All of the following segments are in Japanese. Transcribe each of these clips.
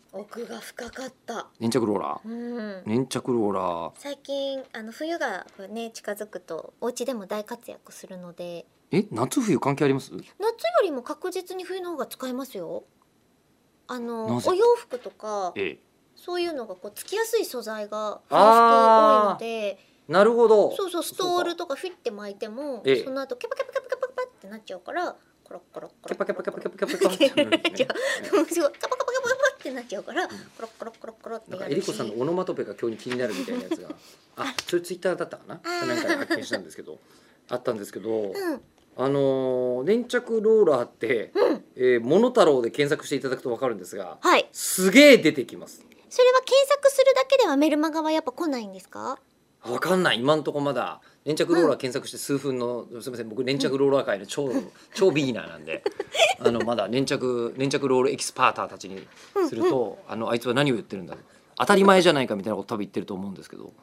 奥が深かった。 粘着ローラー、 うん。 粘着ローラー。 最近冬がね近づくとお家でも大活躍するので、 夏冬関係あります？ 夏よりも確実に冬の方が使えますよ。 なぜ？ お洋服とかそういうのがこうつきやすい素材が冬服多いので、 なるほど。 そうそう、ストールとかフィッて巻いてもその後ケパケパケパケパケパってなっちゃうから、コロッコロッコロッケパケパケパケパケパケパケってなるんですね。 すごいカパカパカパカパってなっちゃうから、コロッコロッコロッコロってやるし。 なんかえりこさんのオノマトペが今日に気になるみたいなやつがそれツイッターだったかな、なんかで発見したんですけどあったんですけど、粘着ローラーって、モノタロウで検索していただくと分かるんですが、 はい、 すげえ出てきます。 それは検索するだけではメルマガはやっぱ来ないんですか？ 分かんない、今んとこまだ粘着ローラー検索して数分の、すみません、僕粘着ローラー界の超ビギナーなんでまだ粘着ロールエキスパーターたちにすると、あいつは何を言ってるんだ、当たり前じゃないかみたいなこと多分言ってると思うんですけど、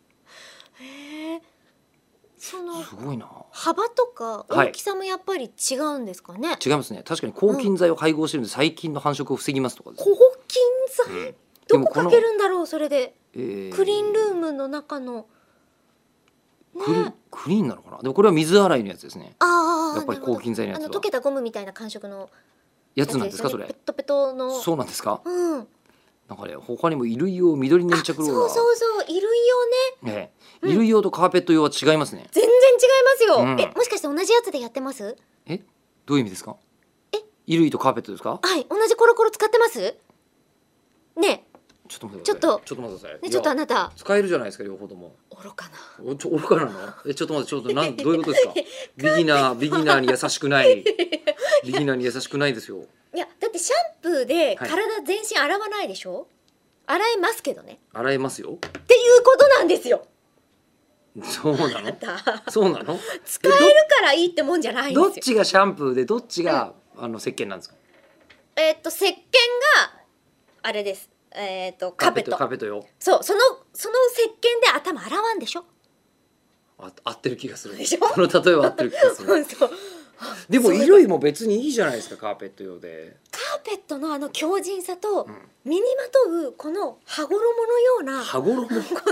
そのすごいな。 幅とか大きさもやっぱり違うんですかね？ 違いますね。確かに抗菌剤を配合してるんで細菌の繁殖を防ぎますとかです。 抗菌剤、どこかけるんだろうそれで。クリーンルームの中のクリーンなのかな。でもこれは水洗いのやつですね。 ああ、 やっぱり抗菌剤のやつは溶けたゴムみたいな感触のやつなんですかそれ。 ペトペトの。 そうなんですか。 うん。 なんかね、他にも衣類用緑粘着ローラー。 そうそうそう、衣類用ね。 衣類用とカーペット用は違いますね。 全然違いますよ。もしかして同じやつでやってます？ どういう意味ですか？衣類とカーペットですか？ はい、同じコロコロ使ってます？ね。 ちょっと待ってください。ちょっと待ってください。 ね、ちょっとあなた使えるじゃないですか両方とも。 愚かな。 愚かなの？ちょっと待って、どういうことですか？ビギナーに優しくない。ビギナーに優しくないですよ。 いや、だってシャンプーで体全身洗わないでしょ？洗えますけどね。 洗えますよ。 っていうことなんですよ。 そうなの？そうなの？ 使えるからいいってもんじゃないんですよ。 どっちがシャンプーでどっちが石鹸なんですか？ 石鹸があれです。カーペットよ。 そう、その石鹸で頭洗わんでしょ？ 合ってる気がする。 でしょ？ この例えは合ってる気がする。 そう。 でも衣類も別にいいじゃないですかカーペット用で。 カーペットの強靭さと身にまとうこの羽衣のような羽衣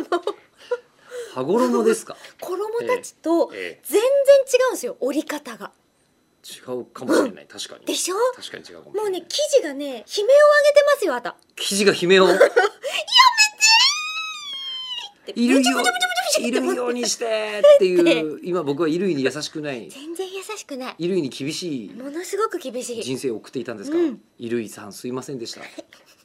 ですか？ 衣たちと全然違うんですよ、折り方が。 違うかもしれない、確かに。 でしょ？ 確かに違うかも。 もうね、生地がね、悲鳴を上げてますよ、あた。 生地が悲鳴を。やめてー。衣類用にしてっていう、今僕は衣類に優しくない。 全然優しくない。 衣類に厳しい。 ものすごく厳しい。 人生を送っていたんですか？衣類さんすいませんでした。